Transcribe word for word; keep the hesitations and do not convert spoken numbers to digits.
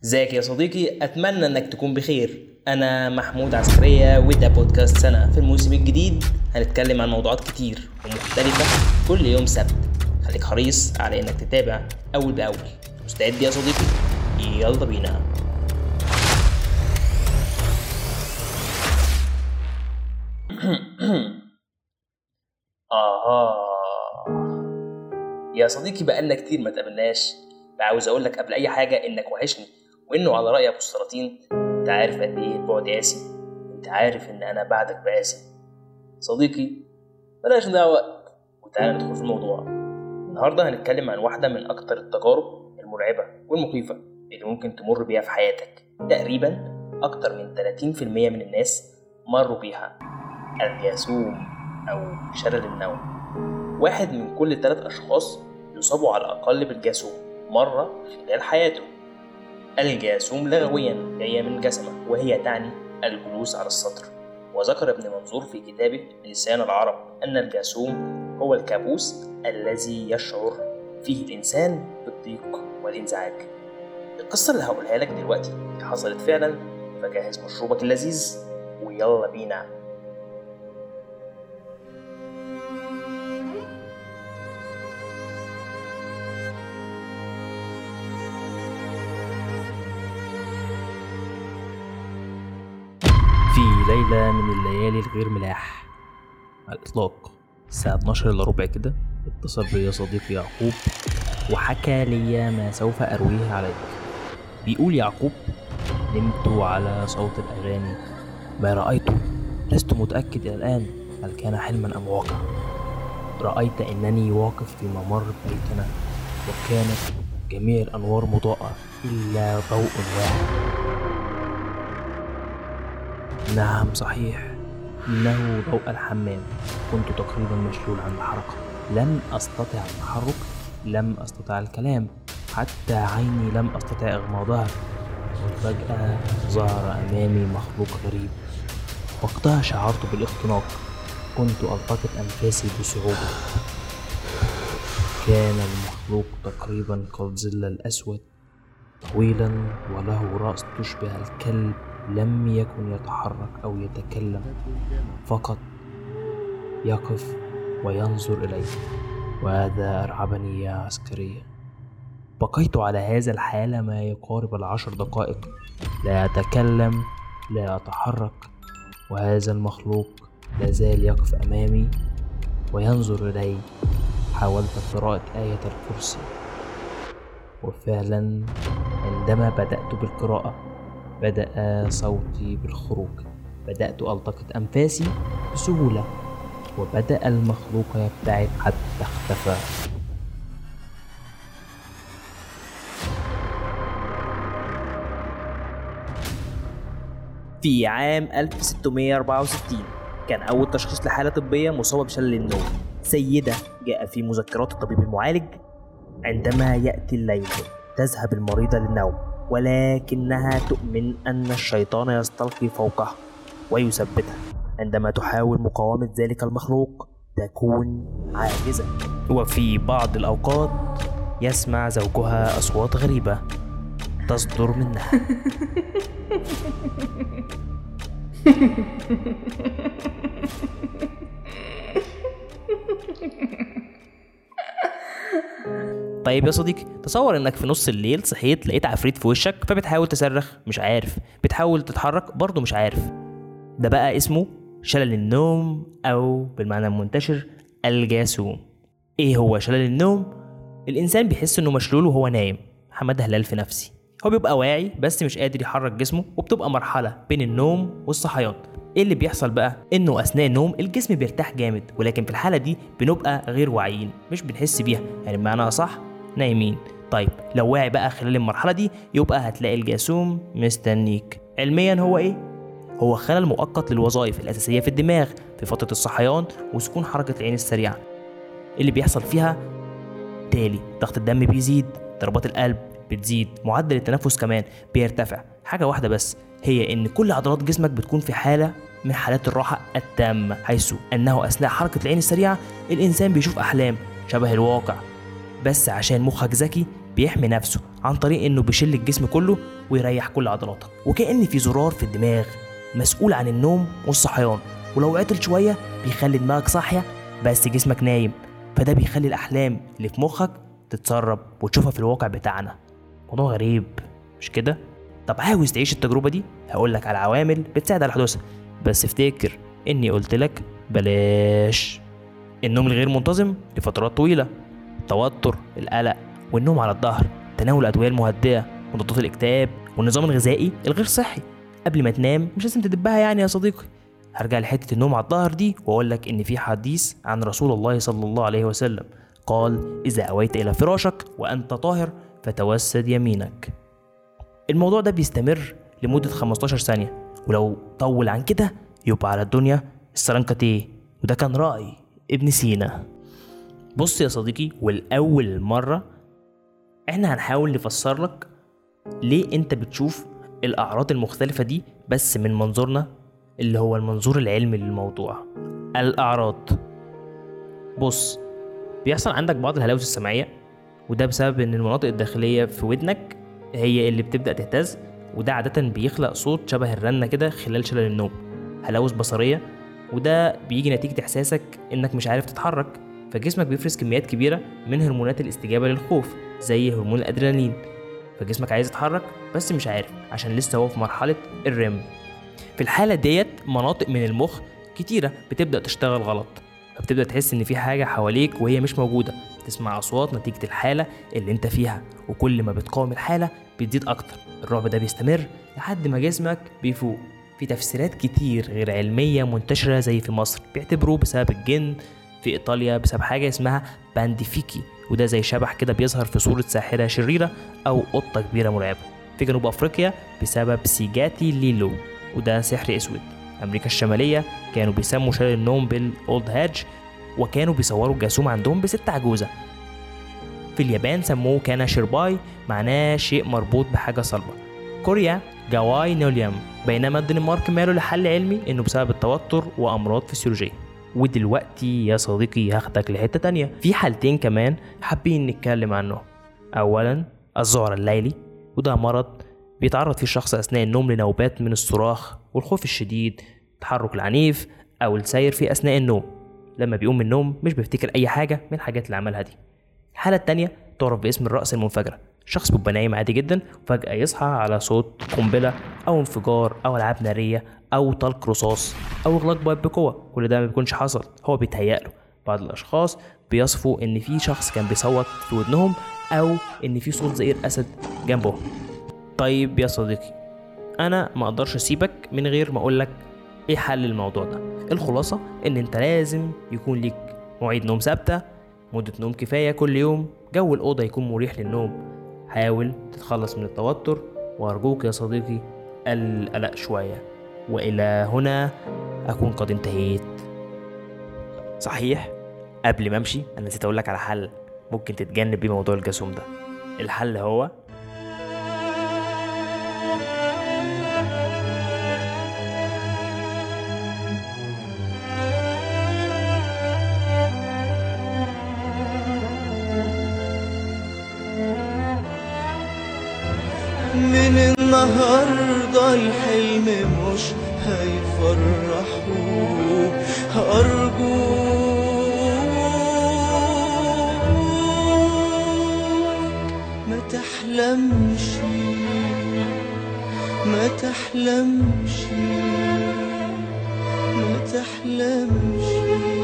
ازيك يا صديقي؟ اتمنى انك تكون بخير. انا محمود عسكرية وده بودكاست سنة. في الموسم الجديد هنتكلم عن موضوعات كتير ومختلفة كل يوم سبت. خليك حريص على انك تتابع اول باول. مستعد يا صديقي؟ يلا بينا. آه يا صديقي، بقالنا كتير ما تقابلناش. عاوز اقول لك قبل اي حاجه انك وحشني، وانه على راي ابو السلاطين، انت عارف قد ايه البعد قاسي. انت عارف ان انا بعدك بقاسي. صديقي، بلاش نضيع وقت وتعالى ندخل في الموضوع. النهارده هنتكلم عن واحده من اكتر التجارب المرعبه والمخيفه اللي ممكن تمر بيها في حياتك. تقريبا اكتر من ثلاثين بالمية من الناس مروا بيها: الجاثوم او شلل النوم. واحد من كل ثلاث أشخاص يصابوا على الأقل بالجاثوم مرة خلال حياته. الجاثوم لغويا جاية من جسمة، وهي تعني الجلوس على السطر. وذكر ابن منظور في كتابه لسان العرب أن الجاثوم هو الكابوس الذي يشعر فيه الإنسان بالضيق والانزعاج. القصة اللي هقولها لك دلوقتي حصلت فعلا، فجهز مشروبك اللذيذ ويلا بينا. في ليلة من الليالي الغير ملاح على الإطلاق، الساعة اتناشر إلا ربع كده، اتصل بي صديقي يعقوب وحكى لي ما سوف أرويه عليك. بيقول يعقوب: نمت على صوت الأغاني، ما رأيته لست متأكد إلى الآن هل كان حلما أم واقع. رأيت أنني واقف في ممر بيتنا، وكانت جميع الأنوار مضاءة إلا ضوء واحد. نعم صحيح، إنه ضوء الحمام. كنت تقريبا مشلول عن الحركة، لم أستطع التحرك، لم أستطع الكلام، حتى عيني لم أستطع إغماضها. وفجأة ظهر أمامي مخلوق غريب. وقتها شعرت بالاختناق، كنت ألتقط أنفاسي بصعوبة. كان المخلوق تقريبا كالظل الأسود، طويلا وله رأس تشبه الكلب، لم يكن يتحرك أو يتكلم، فقط يقف وينظر إلي. وهذا أرعبني يا عسكرية. بقيت على هذا الحالة ما يقارب العشر دقائق، لا أتكلم لا أتحرك، وهذا المخلوق لازال يقف أمامي وينظر إلي. حاولت قراءة آية الكرسي، وفعلا عندما بدأت بالقراءة بدأ صوتي بالخروج. بدأت ألتقط أنفاسي بسهولة، وبدأ المخلوق يبتعد حتى اختفى. في عام ألف وستمائة وأربعة وستين كان أول تشخيص لحالة طبية مصابة بشلل النوم. سيدة جاء في مذكرات الطبيب المعالج: عندما يأتي الليل تذهب المريضة للنوم، ولكنها تؤمن أن الشيطان يستلقي فوقها ويثبتها. عندما تحاول مقاومة ذلك المخلوق تكون عاجزة. وفي بعض الأوقات يسمع زوجها أصوات غريبة تصدر منها. طيب يا صديقي، تصور انك في نص الليل صحيت لقيت عفريت في وشك، فبتحاول تصرخ مش عارف، بتحاول تتحرك برضو مش عارف. ده بقى اسمه شلل النوم، او بالمعنى المنتشر الجاثوم. ايه هو شلل النوم؟ الانسان بيحس انه مشلول وهو نايم. حمد هلال في نفسي. هو بيبقى واعي بس مش قادر يحرك جسمه، وبتبقى مرحلة بين النوم والصحيان. ايه اللي بيحصل بقى؟ انه اثناء النوم الجسم بيرتاح جامد، ولكن في الحالة دي بنبقى غير واعيين، مش بنحس بيها، يعني بمعنى صح نايمين. طيب لو واعي بقى خلال المرحلة دي، يبقى هتلاقي الجاثوم مستنيك. علميا هو ايه؟ هو خلل مؤقت للوظائف الأساسية في الدماغ في فترة الصحيان وسكون حركة العين السريعة. اللي بيحصل فيها تالي: ضغط الدم بيزيد، ضربات القلب بتزيد، معدل التنفس كمان بيرتفع. حاجة واحدة بس، هي ان كل عضلات جسمك بتكون في حالة من حالات الراحة التامة، حيث انه اثناء حركة العين السريعة الانسان بيشوف احلام شبه الواقع، بس عشان مخك ذكي بيحمي نفسه عن طريق انه بيشل الجسم كله ويريح كل عضلاتك، وكأن في زرار في الدماغ مسؤول عن النوم والصحيان، ولو عطل شوية بيخلي دماغك صاحية بس جسمك نايم، فده بيخلي الأحلام اللي في مخك تتسرب وتشوفها في الواقع بتاعنا. موضوع غريب مش كده؟ طب عاوز تعيش التجربة دي؟ هقولك على عوامل بتساعد على حدوثها، بس افتكر اني قلتلك بلاش النوم الغير منتظم لفترات طويلة، التوتر، القلق، والنوم على الظهر، تناول الأدوية المهدئة، مضادات الاكتئاب، والنظام الغذائي الغير صحي. قبل ما تنام مش لازم تدبها يعني يا صديقي. هرجع لحتة النوم على الظهر دي واقول لك ان في حديث عن رسول الله صلى الله عليه وسلم قال: اذا اويت الى فراشك وانت طاهر فتوسد يمينك. الموضوع ده بيستمر لمدة خمستاشر ثانية، ولو طول عن كده يبقى على الدنيا السرنكتيه. وده كان رأي ابن سينا. بص يا صديقي، والأول مرة احنا هنحاول نفسر لك ليه انت بتشوف الأعراض المختلفة دي بس من منظورنا اللي هو المنظور العلمي للموضوع. الأعراض، بص، بيحصل عندك بعض الهلاوس السمعية، وده بسبب ان المناطق الداخلية في ودنك هي اللي بتبدأ تهتز، وده عادة بيخلق صوت شبه الرنة كده خلال شلل النوم. هلاوس بصرية، وده بيجي نتيجة إحساسك إنك مش عارف تتحرك، فجسمك بيفرز كميات كبيرة من هرمونات الاستجابة للخوف زي هرمون الأدرينالين، فجسمك عايز يتحرك بس مش عارف عشان لسه هو في مرحلة الريم. في الحالة ديت مناطق من المخ كتيرة بتبدأ تشتغل غلط، فبتبدأ تحس إن في حاجة حواليك وهي مش موجودة، تسمع أصوات نتيجة الحالة اللي انت فيها، وكل ما بتقاوم الحالة بتزيد أكتر. الرعب ده بيستمر لحد ما جسمك بيفوق. في تفسيرات كتير غير علمية منتشرة زي في مصر بيعتبروه بسبب الجن، في إيطاليا بسبب حاجة اسمها بانديفيكي، وده زي شبح كده بيظهر في صورة ساحرة شريرة أو قطة كبيرة مرعبة. في جنوب أفريقيا بسبب سيجاتي ليلو، وده سحر أسود. أمريكا الشمالية كانوا بيسموا شلل النوم بالأولد هاج، وكانوا بيصوروا الجاسوم عندهم بست عجوزة. في اليابان سموه كانا شيرباي، معناه شيء مربوط بحاجة صلبة. كوريا جواي نوليام، بينما الدنمارك ماله لحل علمي انه بسبب التوتر وامراض فسيولوجية. ودلوقتي يا صديقي هاخدك لحتة تانية، في حالتين كمان حابين نتكلم عنه. اولا الذعر الليلي، وده مرض بيتعرض فيه الشخص اثناء النوم لنوبات من الصراخ والخوف الشديد، التحرك العنيف، او السير في اثناء النوم. لما بيقوم من النوم مش بيفتكر اي حاجة من الحاجات اللي عملها دي. الحالة التانية تعرف باسم الرأس المنفجرة، الشخص بيبقى نايم عادي جدا وفجأة يصحى على صوت قنبلة أو انفجار أو ألعاب نارية أو طلق رصاص أو إغلاق باب بقوة. كل ده ما بيكونش حصل، هو بيتهيأله. بعض الأشخاص بيصفوا إن في شخص كان بيصوت في ودنهم أو إن في صوت زئير أسد جنبهم. طيب يا صديقي، أنا ما أقدرش أسيبك من غير ما أقولك إيه حل الموضوع ده. الخلاصة إن أنت لازم يكون ليك مواعيد نوم ثابتة، مدة نوم كفاية كل يوم، جو الأوضة يكون مريح للنوم، حاول تتخلص من التوتر، وأرجوك يا صديقي القلق شوية. وإلى هنا أكون قد انتهيت. صحيح قبل ما أمشي أنا نسيت أقولك على حل ممكن تتجنب بيه موضوع الجاسوم ده. الحل هو من النهاردة الحلم مش هيفرحه، أرجوك ما تحلمش ما تحلمش ما تحلمش